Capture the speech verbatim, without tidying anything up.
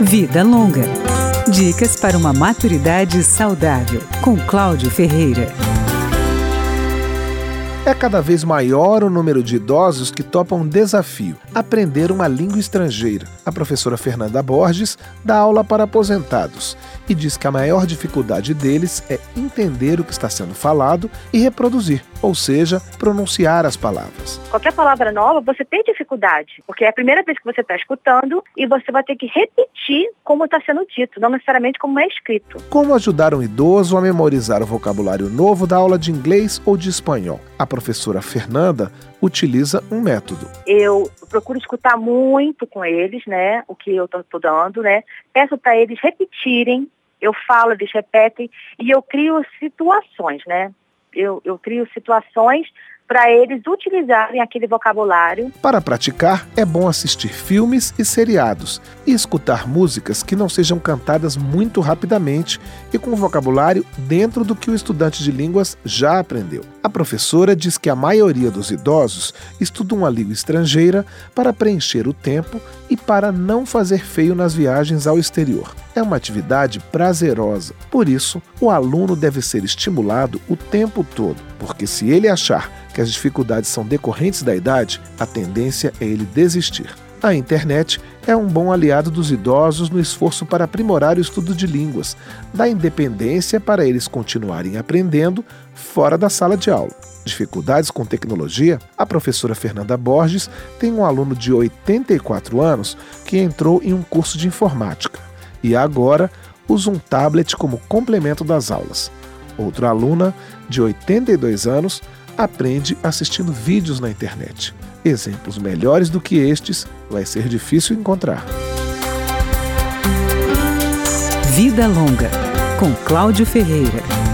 Vida Longa. Dicas para uma maturidade saudável, com Cláudio Ferreira. É cada vez maior o número de idosos que topam um desafio, aprender uma língua estrangeira. A professora Fernanda Borges dá aula para aposentados e diz que a maior dificuldade deles é entender o que está sendo falado e reproduzir, ou seja, pronunciar as palavras. Qualquer palavra nova, você tem dificuldade, porque é a primeira vez que você está escutando e você vai ter que repetir como está sendo dito, não necessariamente como é escrito. Como ajudar um idoso a memorizar o vocabulário novo da aula de inglês ou de espanhol? A professora Fernanda utiliza um método. Eu procuro escutar muito com eles, né, o que eu estou dando, né, peço para eles repetirem, eu falo, eles repetem e eu crio situações, né, eu, eu crio situações para eles utilizarem aquele vocabulário. Para praticar, é bom assistir filmes e seriados e escutar músicas que não sejam cantadas muito rapidamente e com o vocabulário dentro do que o estudante de línguas já aprendeu. A professora diz que a maioria dos idosos estuda uma língua estrangeira para preencher o tempo e para não fazer feio nas viagens ao exterior. É uma atividade prazerosa, por isso o aluno deve ser estimulado o tempo todo, porque se ele achar que as dificuldades são decorrentes da idade, a tendência é ele desistir. A internet é um bom aliado dos idosos no esforço para aprimorar o estudo de línguas, dá independência para eles continuarem aprendendo fora da sala de aula. Dificuldades com tecnologia? A professora Fernanda Borges tem um aluno de oitenta e quatro anos que entrou em um curso de informática e agora usa um tablet como complemento das aulas. Outra aluna, de oitenta e dois anos, aprende assistindo vídeos na internet. Exemplos melhores do que estes vai ser difícil encontrar. Vida Longa, com Cláudio Ferreira.